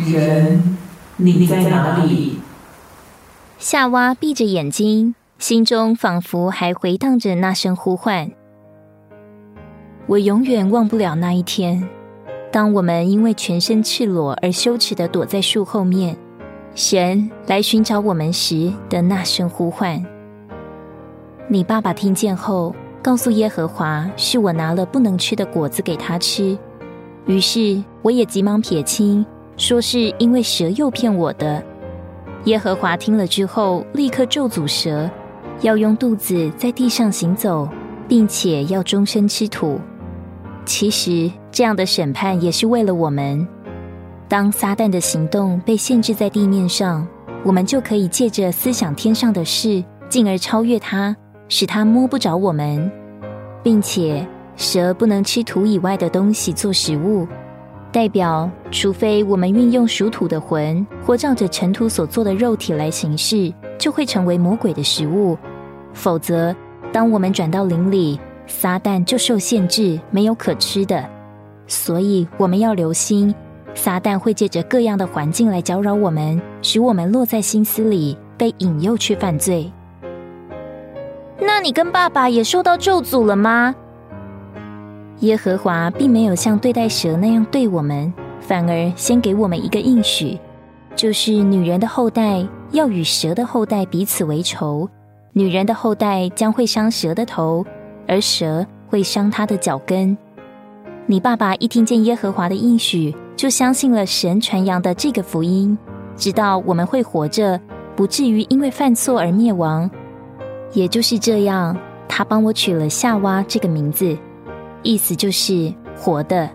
人，你在哪里？ 夏娃闭着眼睛，心中仿佛还回荡着那声呼唤。我永远忘不了那一天，当我们因为全身赤裸而羞耻地躲在树后面，神来寻找我们时的那声呼唤。你爸爸听见后，告诉耶和华是我拿了不能吃的果子给他吃，于是我也急忙撇清，说是因为蛇诱骗我的。耶和华听了之后，立刻咒诅蛇，要用肚子在地上行走，并且要终身吃土。其实这样的审判也是为了我们。当撒旦的行动被限制在地面上，我们就可以借着思想天上的事，进而超越它，使它摸不着我们。并且蛇不能吃土以外的东西做食物，代表除非我们运用属土的魂，或照着尘土所做的肉体来行事，就会成为魔鬼的食物。否则当我们转到灵里，撒旦就受限制，没有可吃的。所以我们要留心，撒旦会借着各样的环境来搅扰我们，使我们落在心思里，被引诱去犯罪。那你跟爸爸也受到咒诅了吗？耶和华并没有像对待蛇那样对我们，反而先给我们一个应许，就是女人的后代要与蛇的后代彼此为仇，女人的后代将会伤蛇的头，而蛇会伤她的脚跟。你爸爸一听见耶和华的应许，就相信了神传扬的这个福音，知道我们会活着，不至于因为犯错而灭亡。也就是这样，他帮我取了夏娃这个名字，意思就是活的。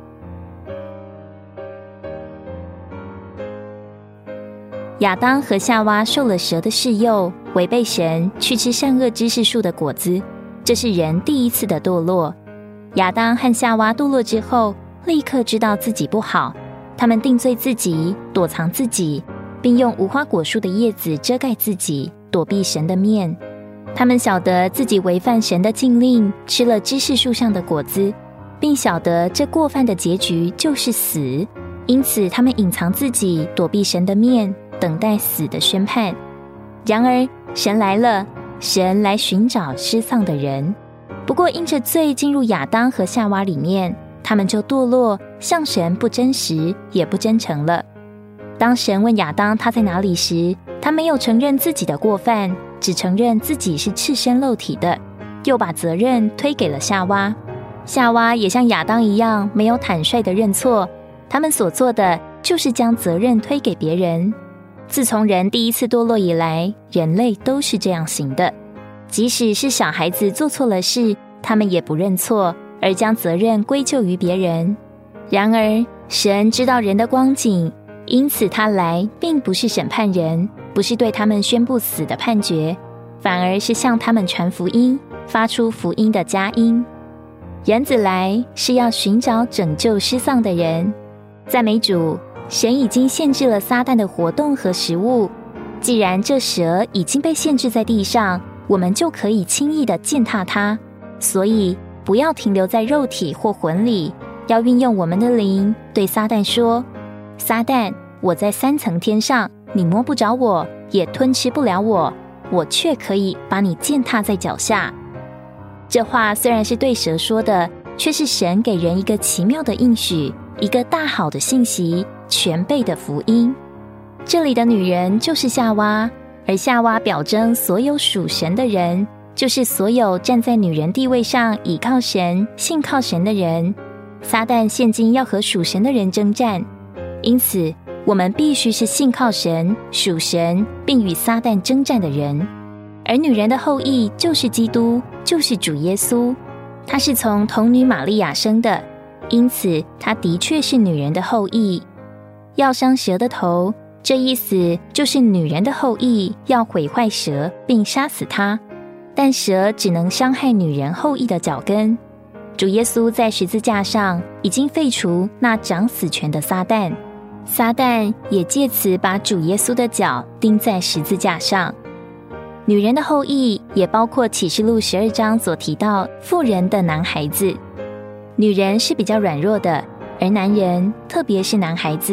亚当和夏娃受了蛇的试诱，违背神，去吃善恶知识树的果子，这是人第一次的堕落。亚当和夏娃堕落之后，立刻知道自己不好，他们定罪自己，躲藏自己，并用无花果树的叶子遮盖自己，躲避神的面。他们晓得自己违反神的禁令，吃了知识树上的果子，并晓得这过犯的结局就是死，因此他们隐藏自己，躲避神的面，等待死的宣判。然而神来了，神来寻找失丧的人。不过因着罪进入亚当和夏娃里面，他们就堕落，向神不真实，也不真诚了。当神问亚当他在哪里时，他没有承认自己的过犯，只承认自己是赤身露体的，又把责任推给了夏娃。夏娃也像亚当一样，没有坦率的认错，他们所做的就是将责任推给别人。自从人第一次堕落以来，人类都是这样行的。即使是小孩子做错了事，他们也不认错，而将责任归咎于别人。然而神知道人的光景，因此他来并不是审判人，不是对他们宣布死的判决，反而是向他们传福音，发出福音的佳音。人子来是要寻找拯救失丧的人。赞美主，神已经限制了撒旦的活动和食物，既然这蛇已经被限制在地上，我们就可以轻易地践踏它。所以不要停留在肉体或魂里，要运用我们的灵，对撒旦说：撒旦，我在3层天上，你摸不着我，也吞吃不了我，我却可以把你践踏在脚下。这话虽然是对蛇说的，却是神给人一个奇妙的应许，一个大好的信息，全备的福音。这里的女人就是夏娃，而夏娃表征所有属神的人，就是所有站在女人地位上倚靠神、信靠神的人。撒旦现今要和属神的人征战，因此我们必须是信靠神、属神，并与撒旦征战的人。而女人的后裔就是基督，就是主耶稣，他是从童女玛利亚生的，因此他的确是女人的后裔。要伤蛇的头，这意思就是女人的后裔要毁坏蛇并杀死它，但蛇只能伤害女人后裔的脚跟。主耶稣在十字架上已经废除那掌死权的撒旦，撒旦也借此把主耶稣的脚钉在十字架上。女人的后裔也包括启示录12章所提到妇人的男孩子。女人是比较软弱的，而男人，特别是男孩子，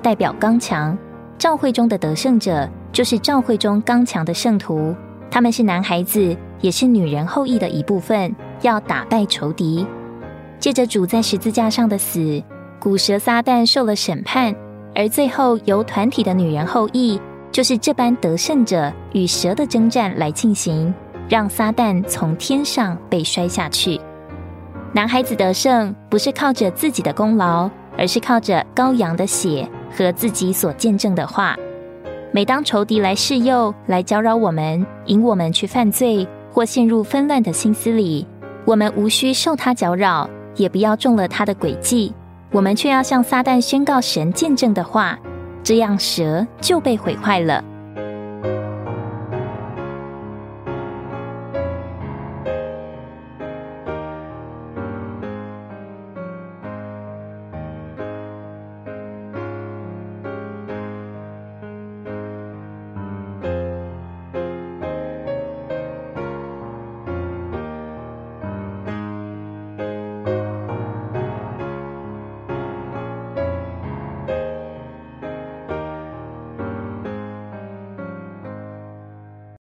代表刚强，召会中的得胜者就是召会中刚强的圣徒，他们是男孩子，也是女人后裔的一部分，要打败仇敌。借着主在十字架上的死，古蛇撒旦受了审判，而最后由团体的女人后裔，就是这般得胜者与蛇的征战来进行，让撒旦从天上被摔下去。男孩子得胜不是靠着自己的功劳，而是靠着羔羊的血和自己所见证的话。每当仇敌来试诱，来搅扰我们，引我们去犯罪，或陷入纷乱的心思里，我们无需受他搅扰，也不要中了他的诡计，我们却要向撒旦宣告神见证的话，这样蛇就被毁坏了。